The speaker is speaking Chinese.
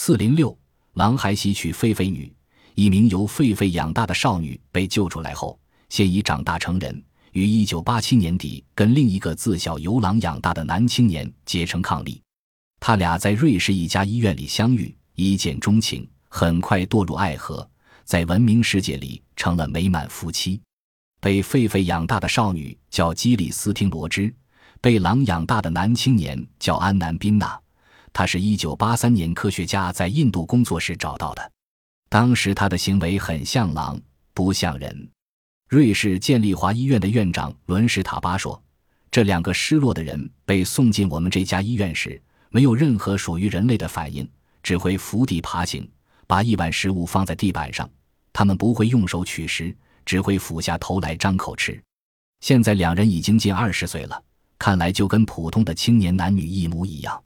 406狼还袭取狒狒女，一名由狒狒养大的少女被救出来后，现已长大成人，于1987年底跟另一个自小由狼养大的男青年结成伉俪。他俩在瑞士一家医院里相遇，一见钟情，很快堕入爱河，在文明世界里成了美满夫妻。被狒狒养大的少女叫基里斯汀·罗芝，被狼养大的男青年叫安南·宾纳。他是1983年科学家在印度工作时找到的，当时他的行为很像狼，不像人。瑞士建立华医院的院长伦什塔巴说，这两个失落的人被送进我们这家医院时，没有任何属于人类的反应，只会伏地爬行，把一碗食物放在地板上，他们不会用手取食，只会俯下头来张口吃。现在两人已经近20岁了，看来就跟普通的青年男女一模一样。